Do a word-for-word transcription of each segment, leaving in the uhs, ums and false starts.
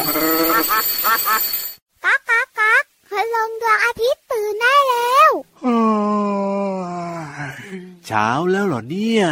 ก๊ากก๊ากก๊ากพลังดวงอาทิตย์ตื่นได้แล้วเช้าแล้วเหรอเนี่ย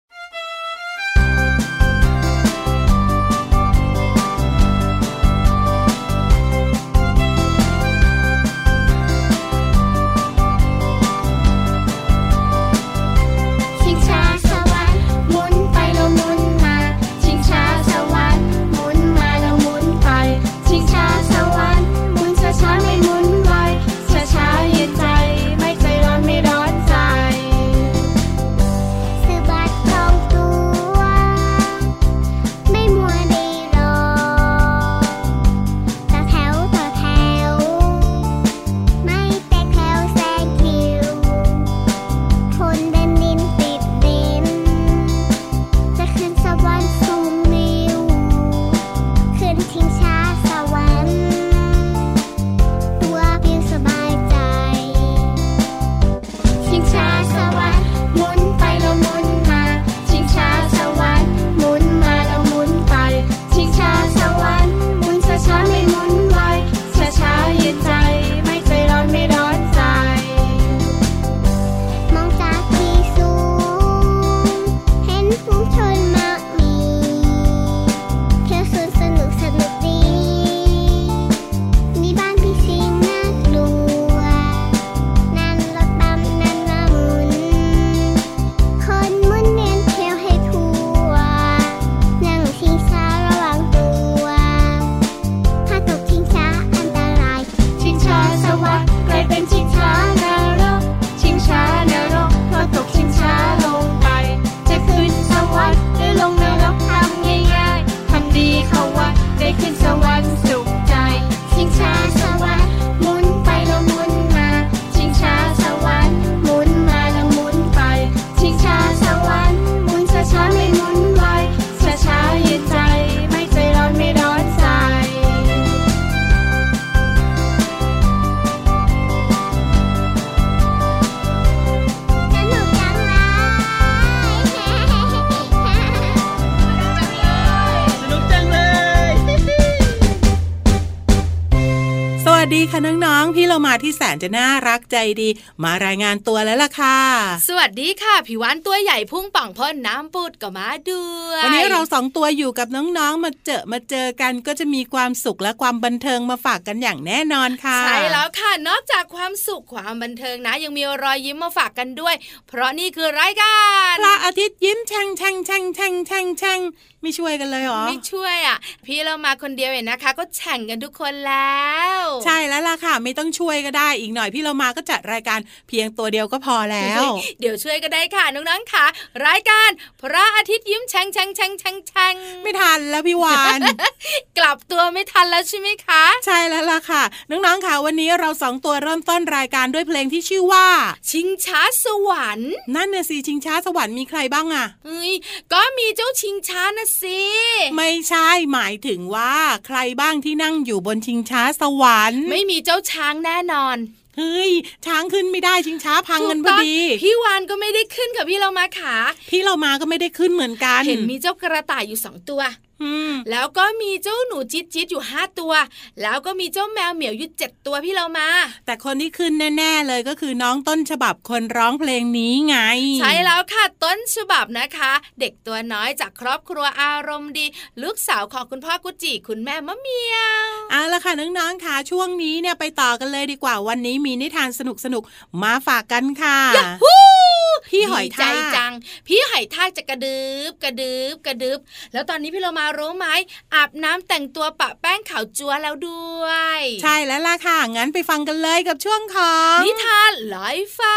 สวัสดีค่ะน้องๆพี่เรามาที่แสนจะน่ารักใจดีมารายงานตัวแล้วล่ะค่ะสวัสดีค่ะพี่วานตัวใหญ่พุ่งป่องพ่นน้ำปูดก็มาด้วยวันนี้เราสองตัวอยู่กับน้องๆมาเจอมาเจอกันก็จะมีความสุขและความบันเทิงมาฝากกันอย่างแน่นอนค่ะใช่แล้วค่ะนอกจากความสุขความบันเทิงนะยังมีรอยยิ้มมาฝากกันด้วยเพราะนี่คือรายการพระอาทิตย์ยิ้มแฉ่งแฉ่งแฉ่งแฉ่งแฉ่งแฉ่งไม่ช่วยกันเลยหรอไม่ช่วยอ่ะพี่เรามาคนเดียวเองนะคะก็แฉ่งกันทุกคนแล้วใช่แล้วล่ะค่ะไม่ต้องช่วยก็ได้อีกหน่อยพี่เรามาก็จัดรายการเพียงตัวเดียวก็พอแล้วเดี๋ยวช่วยก็ได้ค่ะน้องๆค่ะรายการพระอาทิตย์ยิ้มแฉ่งแฉ่งแฉ่งแฉ่งแฉ่งไม่ทันแล้วพี่วานกลับตัวไม่ทันแล้วใช่ไหมคะใช่แล้วล่ะค่ะน้องๆค่ะวันนี้เราสองตัวเริ่มต้นรายการด้วยเพลงที่ชื่อว่าชิงช้าสวรรค์นั่นน่ะสิชิงช้าสวรรค์มีใครบ้างอ่ะเฮ้ยก็มีเจ้าชิงช้านะสิไม่ใช่หมายถึงว่าใครบ้างที่นั่งอยู่บนชิงช้าสวรรค์ไม่มีเจ้าช้างแน่นอนเฮ้ยช้างขึ้นไม่ได้ชิงช้าพังกันพอดีพี่วานก็ไม่ได้ขึ้นค่ะพี่เรามาขาพี่เรามาก็ไม่ได้ขึ้นเหมือนกันเห็นมีเจ้ากระต่ายอยู่สองตัวแล้วก็มีเจ้าหนูจิ๊ดจิ๊ดอยู่ห้าตัวแล้วก็มีเจ้าแมวเหมียวอยู่เจ็ดตัวพี่เรามาแต่คนที่ขึ้นแน่ๆเลยก็คือน้องต้นฉบับคนร้องเพลงนี้ไงใช่แล้วค่ะต้นฉบับนะคะเด็กตัวน้อยจากครอบครัวอารมณ์ดีลูกสาวของคุณพ่อกุจิคุณแม่มะเมียวเอาละค่ะน้องๆค่ะช่วงนี้เนี่ยไปต่อกันเลยดีกว่าวันนี้มีนิทานสนุกๆมาฝากกันค่ะพี่หอยทากใจจังพี่หอยทากจะกระดึบกระดึบกระดึบแล้วตอนนี้พี่เรามารู้ไหมอาบน้ำแต่งตัวปะแป้งขาวจั๊วแล้วด้วยใช่แล้วล่ะค่ะงั้นไปฟังกันเลยกับช่วงของนิทานลอยฟ้า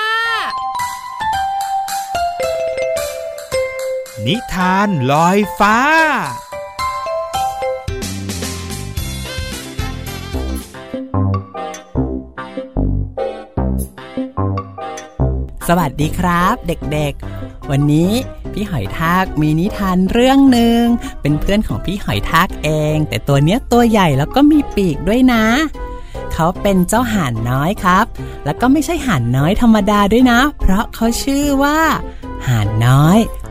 นิทานลอยฟ้าสวัสดีครับเด็กๆวันนี้พี่หอยทากมีนิทานเรื่องหนึ่งเป็นเพื่อนของพี่หอยทากเองแต่ตัวเนี้ยตัวใหญ่แล้วก็มีปีกด้วยนะเขาเป็นเจ้าห่านน้อยครับแล้วก็ไม่ใช่ห่านน้อยธรรมดาด้วยนะเพราะเขาชื่อว่าห่านน้อย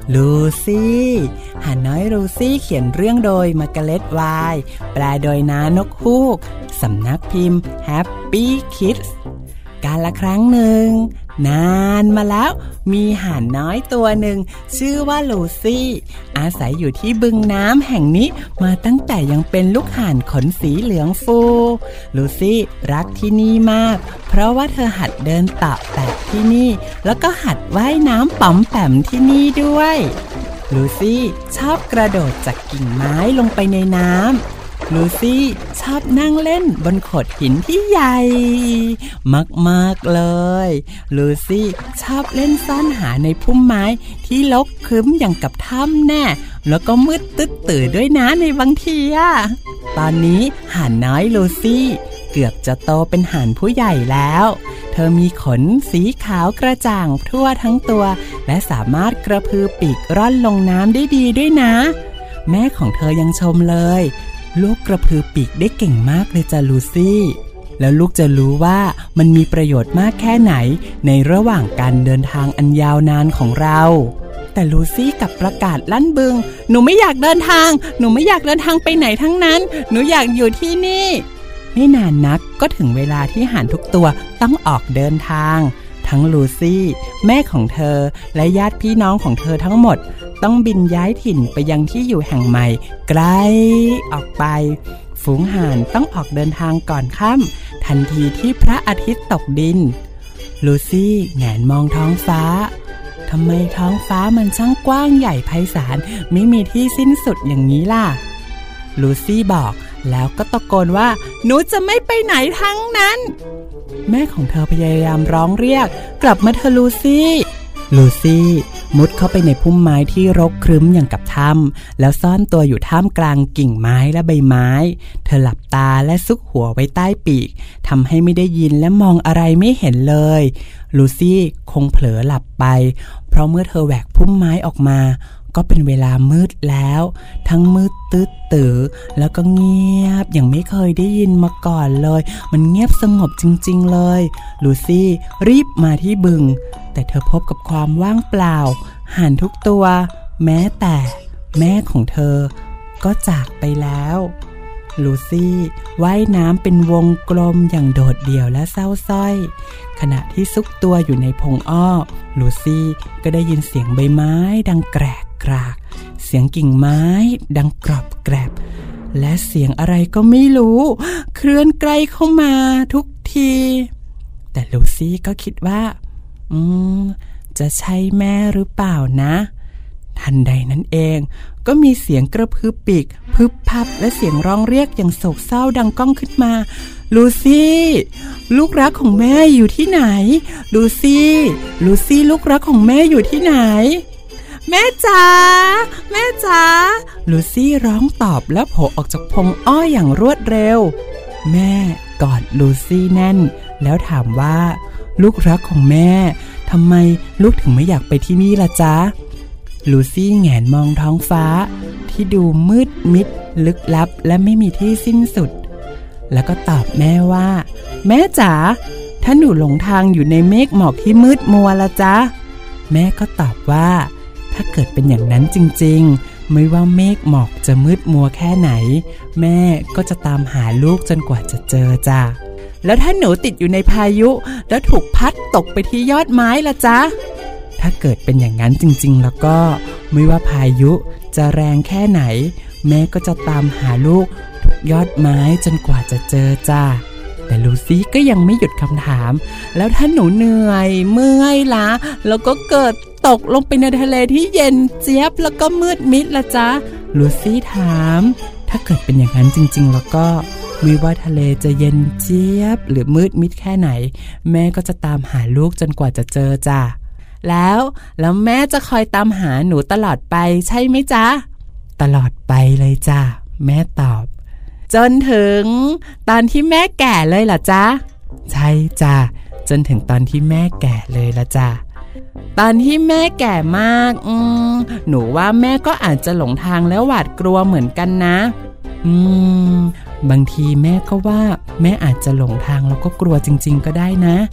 ลูซี่ห่านน้อยลูซี่เขียนเรื่องโดยมาร์กาเร็ต ไวน์แปลโดยน้านกฮูกสำนักพิมพ์ Happy Kids กาลครั้งหนึ่งนานมาแล้วมีห่านน้อยตัวหนึ่งชื่อว่าลูซี่อาศัยอยู่ที่บึงน้ำแห่งนี้มาตั้งแต่ยังเป็นลูกห่านขนสีเหลืองฟูลูซี่รักที่นี่มากเพราะว่าเธอหัดเดินเตาะแตะที่นี่แล้วก็หัดว่ายน้ำป๋อมแปมที่นี่ด้วยลูซี่ชอบกระโดดจากกิ่งไม้ลงไปในน้ำลูซี่ชอบนั่งเล่นบนโขดหินที่ใหญ่มากๆเลยลูซี่ชอบเล่นซ่อนหาในพุ่มไม้ที่รกครึ้มอย่างกับถ้ำแน่แล้วก็มืดตึ๊ดตื่นด้วยนะในบางทีอะตอนนี้ห่านน้อยลูซี่เกือบจะโตเป็นห่านผู้ใหญ่แล้วเธอมีขนสีขาวกระจ่างทั่วทั้งตัวและสามารถกระพือปีกร่อนลงน้ำได้ดีด้วยนะแม่ของเธอยังชมเลยลูกกระพือปีกได้เก่งมากเลยจ้ะลูซี่แล้วลูกจะรู้ว่ามันมีประโยชน์มากแค่ไหนในระหว่างการเดินทางอันยาวนานของเราแต่ลูซี่กลับประกาศลั่นบึงหนูไม่อยากเดินทางหนูไม่อยากเดินทางไปไหนทั้งนั้นหนูอยากอยู่ที่นี่ไม่นานนักก็ถึงเวลาที่ห่านทุกตัวต้องออกเดินทางทั้งลูซี่แม่ของเธอและญาติพี่น้องของเธอทั้งหมดต้องบินย้ายถิ่นไปยังที่อยู่แห่งใหม่ไกลออกไปฝูงห่านต้องออกเดินทางก่อนค่ำทันทีที่พระอาทิตย์ตกดินลูซี่แหงนมองท้องฟ้าทำไมท้องฟ้ามันช่างกว้างใหญ่ไพศาลไม่มีที่สิ้นสุดอย่างนี้ล่ะลูซี่บอกแล้วก็ตะโกนว่าหนูจะไม่ไปไหนทั้งนั้นแม่ของเธอพยายามร้องเรียกกลับมาเธอลูซี่ลูซี่มุดเข้าไปในพุ่มไม้ที่รกครึ้มอย่างกับถ้ำแล้วซ่อนตัวอยู่ท่ามกลางกิ่งไม้และใบไม้เธอหลับตาและซุกหัวไว้ใต้ปีกทำให้ไม่ได้ยินและมองอะไรไม่เห็นเลยลูซี่คงเผลอหลับไปเพราะเมื่อเธอแหวกพุ่มไม้ออกมาก็เป็นเวลามืดแล้วทั้งมืดตึ๊ดตื่อแล้วก็เงียบอย่างไม่เคยได้ยินมาก่อนเลยมันเงียบสงบจริงๆเลยลูซี่รีบมาที่บึงแต่เธอพบกับความว่างเปล่าห่านทุกตัวแม้แต่แม่ของเธอก็จากไปแล้วลูซี่ว่ายน้ำเป็นวงกลมอย่างโดดเดี่ยวและเศร้าส้อยขณะที่ซุกตัวอยู่ในพงอ้อลูซี่ก็ได้ยินเสียงใบไม้ดังแกรกกรากเสียงกิ่งไม้ดังกรอบแกรบและเสียงอะไรก็ไม่รู้เคลื่อนใกล้เข้ามาทุกทีแต่ลูซี่ก็คิดว่าอืมจะใช่แม่หรือเปล่านะทันใดนั้นเองก็มีเสียงกระพือปีกพึบพับและเสียงร้องเรียกอย่างโศกเศร้าดังก้องขึ้นมาลูซี่ลูกรักของแม่อยู่ที่ไหนลูซี่ลูซี่ลูกรักของแม่อยู่ที่ไหนแม่จ๋าแม่จ๋าลูซี่ร้องตอบแล้วโผล่ออกจากพงอ้อยอย่างรวดเร็วแม่กอดลูซี่แน่นแล้วถามว่าลูกรักของแม่ทำไมลูกถึงไม่อยากไปที่นี่ล่ะจ๊ะลูซี่แหงนมองท้องฟ้าที่ดูมืดมิดลึกลับและไม่มีที่สิ้นสุดแล้วก็ตอบแม่ว่าแม่จ๋าถ้าหนูหลงทางอยู่ในเมฆหมอกที่มืดมัวล่ะจ๊ะแม่ก็ตอบว่าถ้าเกิดเป็นอย่างนั้นจริงๆไม่ว่าเมฆหมอกจะมืดมัวแค่ไหนแม่ก็จะตามหาลูกจนกว่าจะเจอจ้ะแล้วถ้าหนูติดอยู่ในพายุแล้วถูกพัดตกไปที่ยอดไม้ล่ะจ๊ะถ้าเกิดเป็นอย่างนั้นจริงๆแล้วก็ไม่ว่าพายุจะแรงแค่ไหนแม่ก็จะตามหาลูกทุกยอดไม้จนกว่าจะเจอจ้ะแต่ลูซี่ก็ยังไม่หยุดคำถามแล้วถ้าหนูเหนื่อยเมื่อยล้าแล้วก็เกิดตกลงไปในทะเลที่เย็นเจี๊ยบแล้วก็มืดมิดล่ะจ๊ะลูซี่ถามถ้าเกิดเป็นอย่างนั้นจริงๆแล้วก็ไม่ว่าทะเลจะเย็นเจี๊ยบหรือมืดมิดแค่ไหนแม่ก็จะตามหาลูกจนกว่าจะเจอจ้ะแล้วแล้วแม่จะคอยตามหาหนูตลอดไปใช่ไหมจ๊ะตลอดไปเลยจ้ะแม่ตอบจนถึงตอนที่แม่แก่เลยเหรอจ๊ะใช่จ้ะจนถึงตอนที่แม่แก่เลยละจ้ะตอนที่แม่แก่มากอืมหนูว่าแม่ก็อาจจะหลงทางแล้วหวาดกลัวเหมือนกันนะอืมบางทีแม่ก็ว่าแม่อาจจะหลงทางแล้วก็กลัวจริงๆก็ได้นะถ้า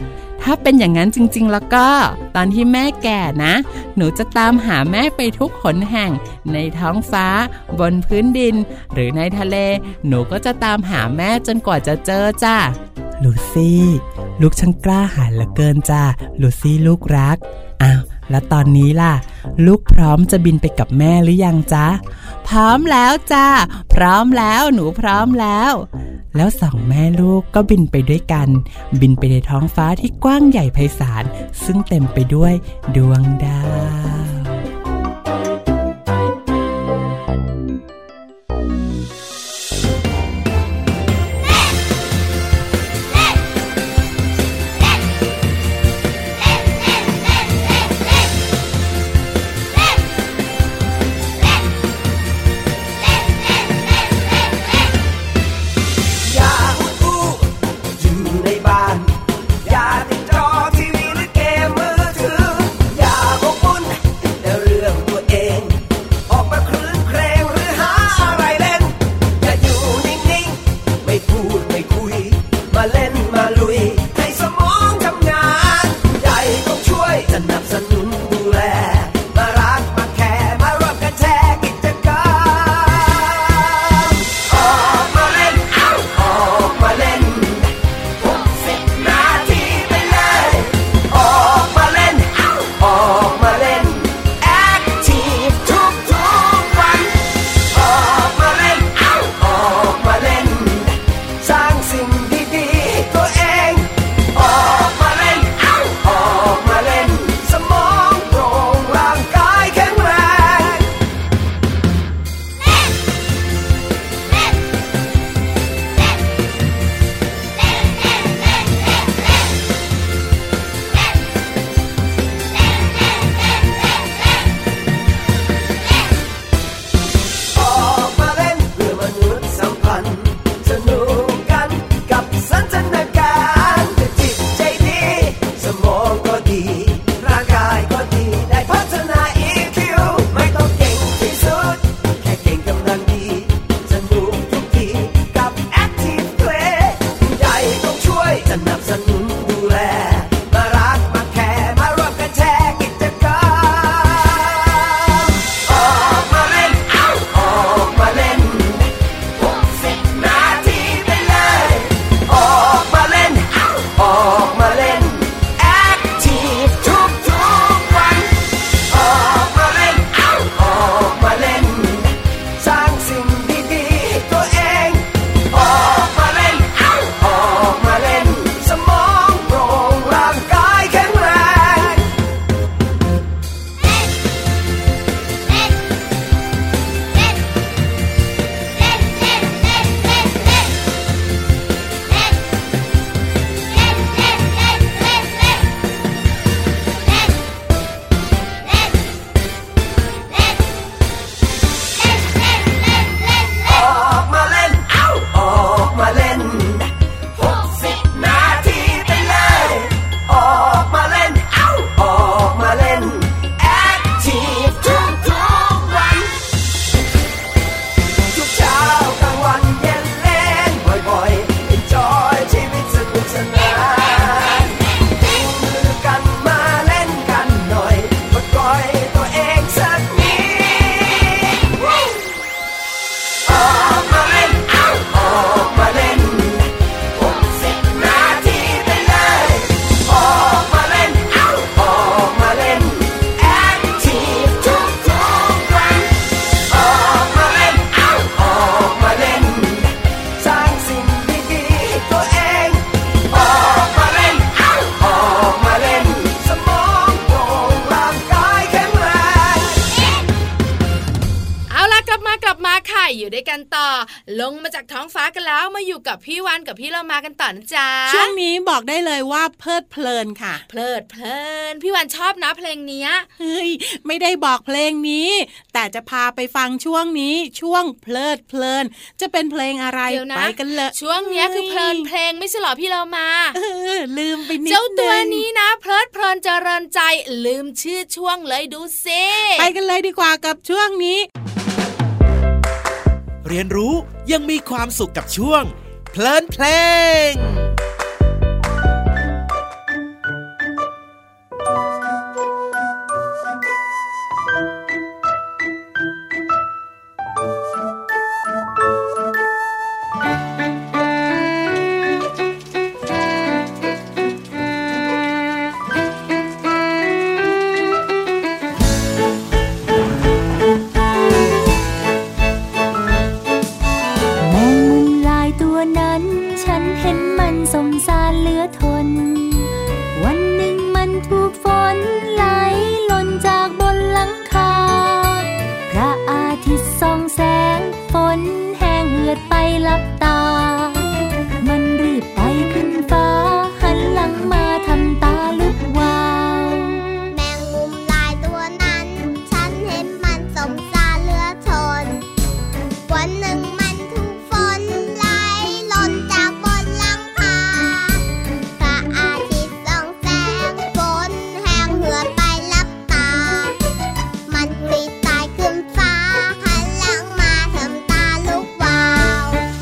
ถ้าเป็นอย่างนั้นจริงๆแล้วก็ตอนที่แม่แก่นะหนูจะตามหาแม่ไปทุกหนแห่งในท้องฟ้าบนพื้นดินหรือในทะเลหนูก็จะตามหาแม่จนกว่าจะเจอจ้าลูซี่ลูกช่างกล้าหาญเหลือเกินจ้าลูซี่ลูกรักอ้าวแล้วตอนนี้ล่ะลูกพร้อมจะบินไปกับแม่หรือยังจ๊ะพร้อมแล้วจ้าพร้อมแล้วหนูพร้อมแล้วแล้วสองแม่ลูกก็บินไปด้วยกันบินไปในท้องฟ้าที่กว้างใหญ่ไพศาลซึ่งเต็มไปด้วยดวงดาวอยู่ด้วยกันต่อลงมาจากท้องฟ้ากันแล้วมาอยู่กับพี่วันกับพี่เรามากันต่อนะจ๊ะช่วงนี้บอกได้เลยว่าเพลิดเพลินค่ะเพลิดเพลินพี่วันชอบนะเพลงนี้เฮ้ยไม่ได้บอกเพลงนี้แต่จะพาไปฟังช่วงนี้ช่วงเพลิดเพลินจะเป็นเพลงอะไรไปกันเลยช่วงนี้คือเพลินเพลงไม่ใช่หรอพี่เรามาเออลืมไปนิดนึงเจ้าตัวนี้นะเพลิดเพลินเจริญใจลืมชื่อช่วงเลยดูซิไปกันเลยดีกว่ากับช่วงนี้เรียนรู้ยังมีความสุขกับช่วงเพลินเพลงเห็นมันสมสารเหลือทนวันหนึ่งมันถูกฝนไหลหล่นจากบนหลังคาพระอาทิตย์ส่องแสงฝนแห้งเหือดไปลับตามันรีบไต่ขึ้นฟ้าหันหลังมาทำตาลุกวาวแมงมุมลายตัวนั้นฉันเห็นมันสมสารเหลือทนวันหนึ่งมันถูกฝนไหลหล่นจากบนหลังคาพระอาทิตย์ส่องแสงฝนแห้งเหือดไปลับตามันรีบไต่ขึ้นฟ้าหันหลังมาทำตาลุกวาว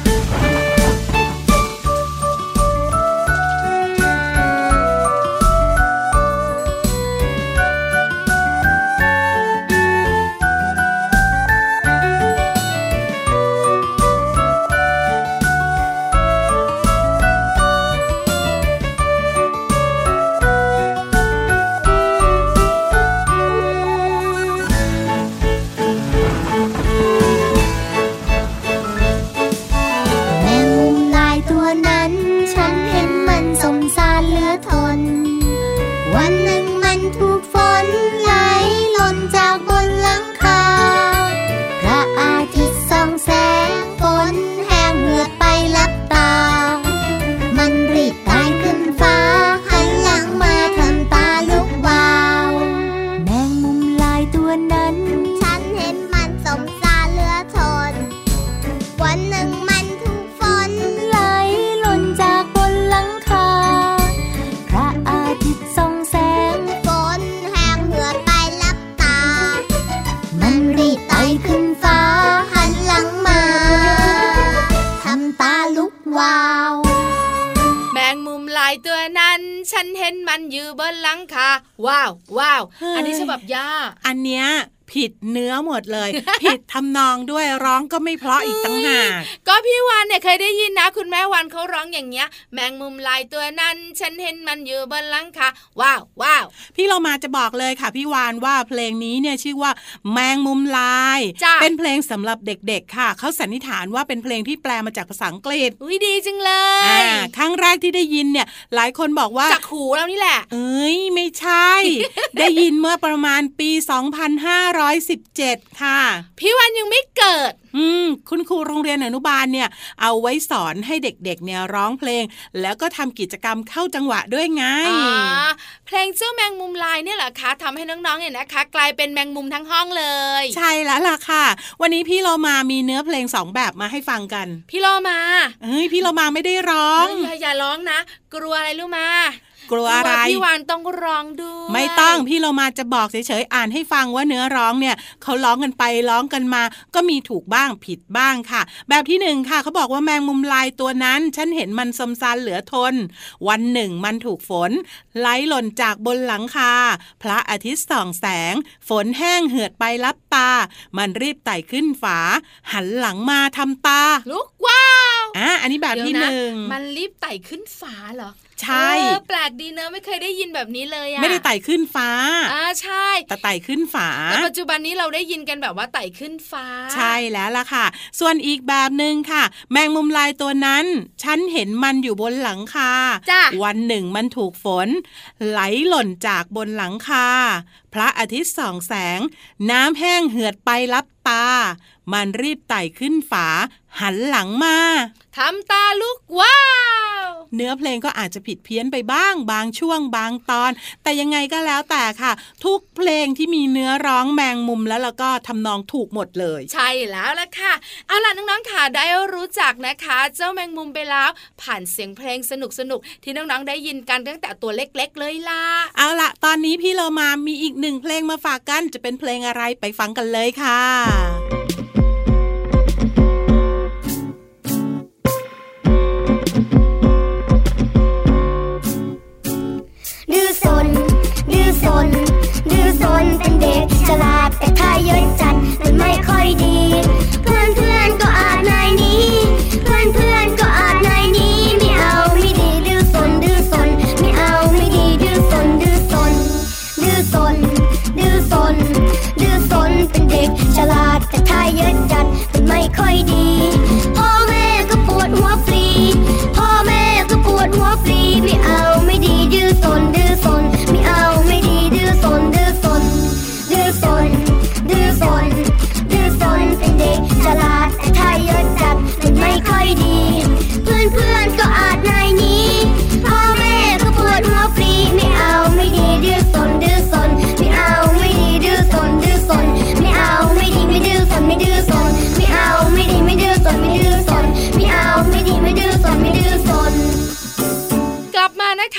วันหนึ่งมันถูกฝนไหลหล่นจากบนหลังคาพระอาทิตย์ส่องแสงฝนแห้งเหือดไปลับตามันรีบไต่ขึ้นฟ้าหันหลังมาทำตาลุกวาวแมงมุมลายตัวนั้นฉันเห็นมันสมสารเหลือทนวันหนึ่งมันถูกฝนไหลหล่นจากบนหลังคาพระอาทิตย์ส่องแสงฝนแห้งเหือดไปลับตามันรีบไต่ขึ้นฟ้าหันหลังมาทำตาลุกวาวแมงมุมลายตัวนั้นฉันเห็นมันอยู่บนหลังคาว้าวว้าวอันนี้ฉบับย่าอันเนี้ยผิดเนื้อหมดเลย ผิดทำนองด้วยร้องก็ไม่เพราะอีกตั้งหากก็พี่วานเนี่ยเคยได้ยินนะคุณแม่วานเขาร้องอย่างเงี้ยแมงมุมลายตัวนั้นฉันเห็นมันอยู่บนหลังคาว้าวว้าวพี่เรามาจะบอกเลยค่ะพี่วานว่าเพลงนี้เนี่ยชื่อว่าแมงมุมลายเป็นเพลงสำหรับเด็กๆค่ะเขาสันนิษฐานว่าเป็นเพลงที่แปลมาจากภาษาอังกฤษอุ้ยดีจังเลยครั้งแรกที่ได้ยินเนี่ยหลายคนบอกว่าจากหูแล้วนี่แหละเอ้ยไม่ใช่ ได้ยินเมื่อประมาณปีสองพันห้าร้อยสิบเจ็ดค่ะพี่วันยังไม่เกิดอืมคุณครูโรงเรียนอนุบาลเนี่ยเอาไว้สอนให้เด็กๆเนี่ยร้องเพลงแล้วก็ทำกิจกรรมเข้าจังหวะด้วยไงอ๋อเพลงเจ้าแมงมุมลายเนี่ยเหรอคะทำให้น้องๆเนี่ยนะคะกลายเป็นแมงมุมทั้งห้องเลยใช่แล้วล่ะค่ะวันนี้พี่โลมามีเนื้อเพลงสองแบบมาให้ฟังกันพี่โลมาเฮ้ยพี่โลมาไม่ได้ร้องอย่าอย่าร้องนะกลัวอะไรรู้มากลัวอะไรพี่วานต้องร้องด้วยไม่ต้องพี่เรามาจะบอกเฉยๆอ่านให้ฟังว่าเนื้อร้องเนี่ยเขาร้องกันไปร้องกันมาก็มีถูกบ้างผิดบ้างค่ะแบบที่หนึ่งค่ะเขาบอกว่าแมงมุมลายตัวนั้นฉันเห็นมันสมสารเหลือทนวันหนึ่งมันถูกฝนไหลหล่นจากบนหลังคาพระอาทิตย์ส่องแสงฝนแห้งเหือดไปลับตามันรีบไต่ขึ้นฝาหันหลังมาทำตาลุกว้าวอ่ะอันนี้แบบที่หนึ่งมันรีบไต่ขึ้นฝาเหรอใช่แปลกดีเนอะไม่เคยได้ยินแบบนี้เลยอะไม่ได้ไต่ขึ้นฟ้าอ่าใช่แต่ไต่ขึ้นฝาแต่ปัจจุบันนี้เราได้ยินกันแบบว่าไต่ขึ้นฟ้าใช่แล้วล่ะค่ะส่วนอีกแบบนึงค่ะแมงมุมลายตัวนั้นฉันเห็นมันอยู่บนหลังคาวันหนึ่งมันถูกฝนไหลหล่นจากบนหลังคาพระอาทิตย์ส่องแสงน้ำแห้งเหือดไปลับตามันรีบไต่ขึ้นฝาหันหลังมาทำตาลุกว้าวเนื้อเพลงก็อาจจะผิดเพี้ยนไปบ้างบางช่วงบางตอนแต่ยังไงก็แล้วแต่ค่ะทุกเพลงที่มีเนื้อร้องแมงมุมแล้วแล้วก็ทำนองถูกหมดเลยใช่แล้วล่ะค่ะเอาล่ะน้องๆค่ะได้รู้จักนะคะเจ้าแมงมุมไปแล้วผ่านเสียงเพลงสนุกๆที่น้องๆได้ยินกันตั้งแต่ตัวเล็กๆเลยล่ะเอาล่ะตอนนี้พี่เรามามีอีกหนึ่งเพลงมาฝากกันจะเป็นเพลงอะไรไปฟังกันเลยค่ะดื้อซนดื้อซนดื้อซนเป็นเด็กฉลาดแต่ถ้าเยอะจัดมันไม่ค่อยดีเพื่อนเพื่อนก็อาจนายนี้เพื่อนเพื่อนก็อาจนายนี้ไม่เอาไม่ดีดื้อซนดื้อซนไม่เอาไม่ดีดื้อซนดื้อซนดื้อซนดื้อซนดื้อซนเป็นเด็กฉลาดแต่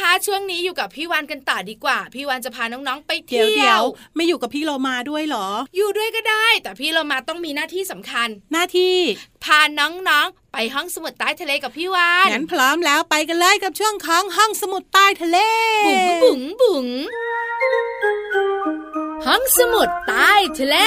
นะคะช่วงนี้อยู่กับพี่วานกันต่อดีกว่าพี่วานจะพาน้องๆไปเที่ยวเดี๋ยวไม่อยู่กับพี่โลมาด้วยเหรออยู่ด้วยก็ได้แต่พี่โลมาต้องมีหน้าที่สำคัญหน้าที่พาน้องๆไปห้องสมุดใต้ทะเลกับพี่วานงั้นพร้อมแล้วไปกันเลยกับช่วงของห้องสมุดใต้ทะเลบุ๋งบุ๋งบุ๋งห้องสมุดใต้ทะเล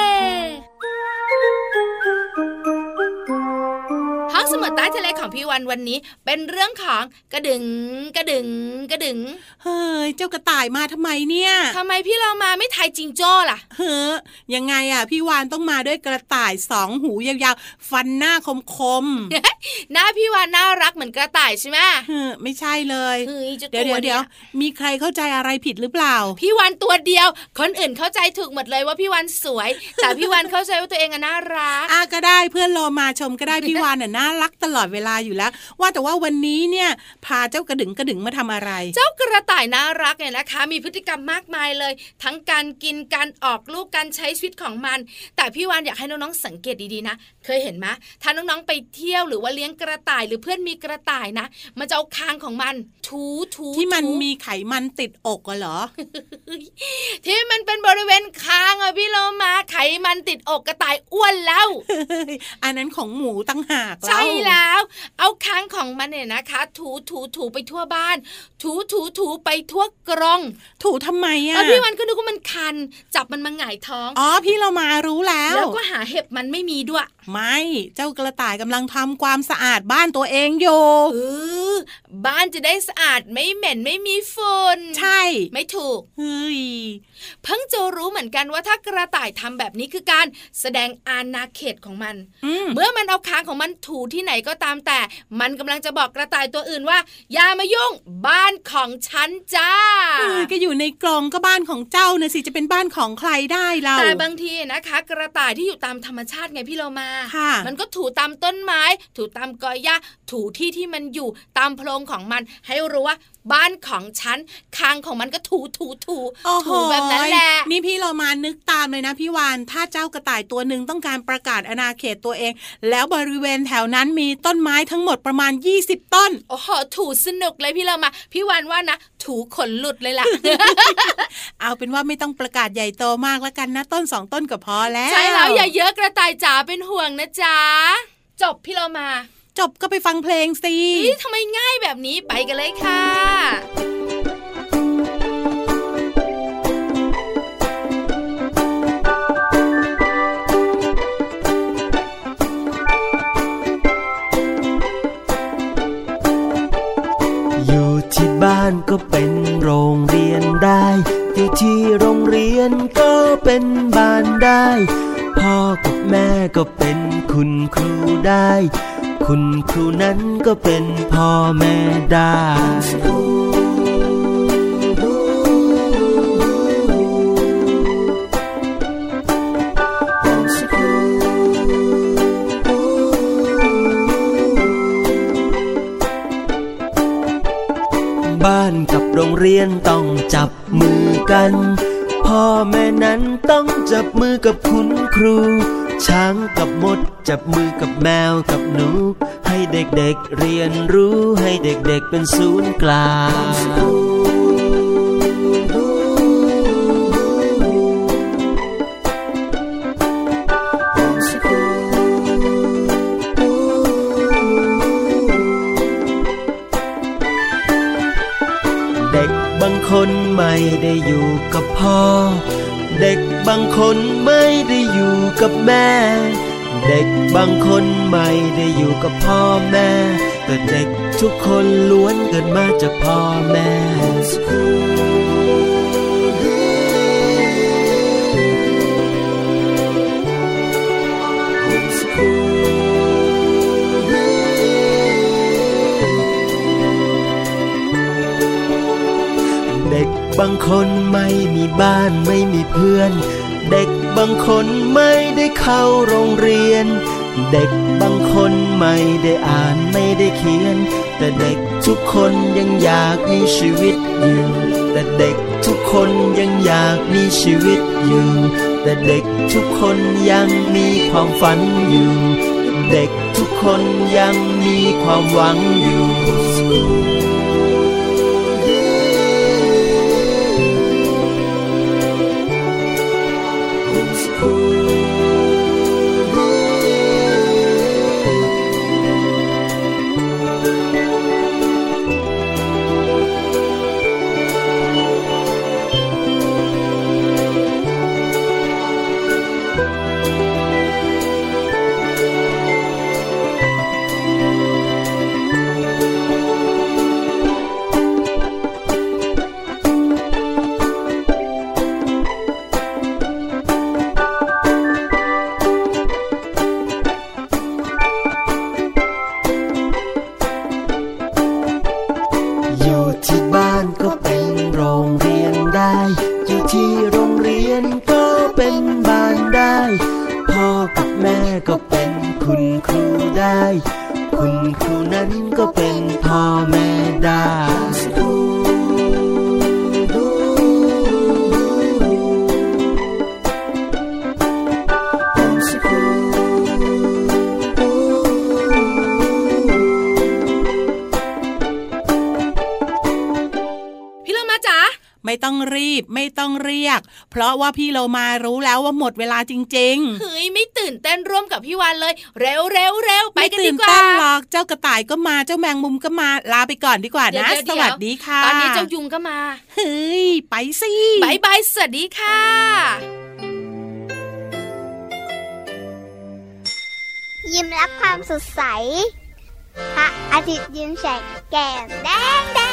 ห้องสมุดใต้ทะเลของพี่วันวันนี้เป็นเรื่องของกระดึงกระดึงกระดึงเฮ้ยเจ้ากระต่ายมาทำไมเนี่ยทำไมพี่เรามาไม่ทายจิงโจ้ล่ะเฮ้อยังไงอ่ะพี่วานต้องมาด้วยกระต่ายสองหูยาวๆฟันหน้าคมๆ หน้าพี่วานน่ารักเหมือนกระต่ายใช่ไหมเฮ้อไม่ใช่เลยเดี๋ยวเดี๋ยวเดี๋ยวมีใครเข้าใจอะไรผิดหรือเปล่าพี่วานตัวเดียวคนอื่นเข้าใจถูกหมดเลยว่าพี่วานสวยแต่พี่วานเข้าใจว่าตัวเองน่ารักอ่ะก็ได้เพื่อนโลมาชมก็ได้พี่วานน่ะน่ารักตลอดเวลาอยู่แล้วว่าแต่ว่าวันนี้เนี่ยพาเจ้ากระดึงกระดึงมาทำอะไรเจ้ากระต่ายน่ารักเนี่ยนะคะมีพฤติกรรมมากมายเลยทั้งการกินการออกลูกการใช้ชีวิตของมันแต่พี่วานอยากให้น้องๆสังเกตดีๆนะเคยเห็นไหมถ้าน้องๆไปเที่ยวหรือว่าเลี้ยงกระต่ายหรือเพื่อนมีกระต่ายนะมันจะเอาคางของมันถูถูที่มันมีไขมันติดอกเหรอที่มันเป็นบริเวณคางอะพี่โลมาไขมันติดอกกระต่ายอ้วนแล้วอันนั้นของหมูตั้งหากใช่แล้วเอาคางของมันเนี่ยนะคะถูถูถูไปทั่วบ้านถูถูถูไปทั่วกรงถูทำไมอะพี่วันก็นึกว่ามันคันจับมันมาหงายท้องอ๋อพี่เรามารู้แล้วแล้วก็หาเห็บมันไม่มีด้วยไม่เจ้ากระต่ายกำลังทำความสะอาดบ้านตัวเองอยู่เออบ้านจะได้สะอาดไม่เหม็นไม่มีฝุ่นใช่ไม่ถูกเฮ้ยเพิ่งจะรู้เหมือนกันว่าถ้ากระต่ายทำแบบนี้คือการแสดงอาณาเขตของมันเมื่อมันเอาคางของมันถูที่ไหนก็ตามแต่มันกำลังจะบอกกระต่ายตัวอื่นว่าอย่ามายุ่งบ้านของฉันจ้าเออก็อยู่ในกรงก็บ้านของเจ้านะสิจะเป็นบ้านของใครได้เราแต่บางทีนะคะกระต่ายที่อยู่ตามธรรมชาติไงพี่เรามามันก็ถูตามต้นไม้ถูตามกอหญ้าถูที่ที่มันอยู่ตามโพรงของมันให้รู้ว่าบ้านของฉันคางของมันก็ถูถูถูถูแบบนั้นแหละนี่พี่เรามานึกตามเลยนะพี่วานถ้าเจ้ากระต่ายตัวหนึ่งต้องการประกาศอาณาเขตตัวเองแล้วบริเวณแถวนั้นมีต้นไม้ทั้งหมดประมาณยี่สิบต้นโอ้โหถูสนุกเลยพี่เรามาพี่วานว่านะถูขนหลุดเลยล่ะเอาเป็นว่าไม่ต้องประกาศใหญ่โตมากแล้วกันนะต้นสองต้นก็พอแล้วใช่แล้วอย่าเยอะกระต่ายจ๋าเป็นห่วงนะจ๊ะจบพี่เรามาจบก็ไปฟังเพลงสิทำไมง่ายแบบนี้ไปกันเลยค่ะอยู่ที่บ้านก็เป็นโรงเรียนได้อยู่ที่โรงเรียนก็เป็นบ้านได้พ่อกับแม่ก็เป็นคุณครูได้คุณครูนั้นก็เป็นพ่อแม่ได้บ้านกับโรงเรียนต้องจับมือกันพ่อแม่นั้นต้องจับมือกับคุณครูช้างกับมดจับมือกับแมวกับหนูให้เด็กๆเรียนรู้ให้เด็กๆเป็นศูนย์กลางเด็กบางคนไม่ได้อยู่กับพ่อเด็กบางคนไม่ได้อยู่กับแม่เด็กบางคนไม่ได้อยู่กับพ่อแม่แต่เด็กทุกคนล้วนเกิดมาจากพ่อแม่เด็กบางคนไม่มีบ้านไม่มีเพื่อนเด็กบางคนไม่ได้เข้าโรงเรียนเด็กบางคนไม่ได้อ่านไม่ได้เขียนแต่เด็กทุกคนยังอยากมีชีวิตอยู่แต่เด็กทุกคนยังอยากมีชีวิตอยู่แต่เด็กทุกคนยังมีความฝันอยู่เด็กทุกคนยังมีความหวังอยู่คุณครูนั้นก็เป็นพ่อแม่ได้ไม่ต้องรีบไม่ต้องเรียกเพราะว่าพี่เรามารู้แล้วว่าหมดเวลาจริงๆเฮ้ยไม่ตื่นเต้นร่วมกับพี่วานเลยเร็วเร็วเร็วไปกันดีกว่าไม่ตื่นเต้นหรอกเจ้ากระต่ายก็มาเจ้าแมงมุมก็มาลาไปก่อนดีกว่านะสวัสดีค่ะตอนนี้เจ้ายุงก็มาเฮ้ยไปสิบายบายสวัสดีค่ะยิ้มรับความสดใสพระอาทิตย์ยิ้มแฉกแก้มแดงแด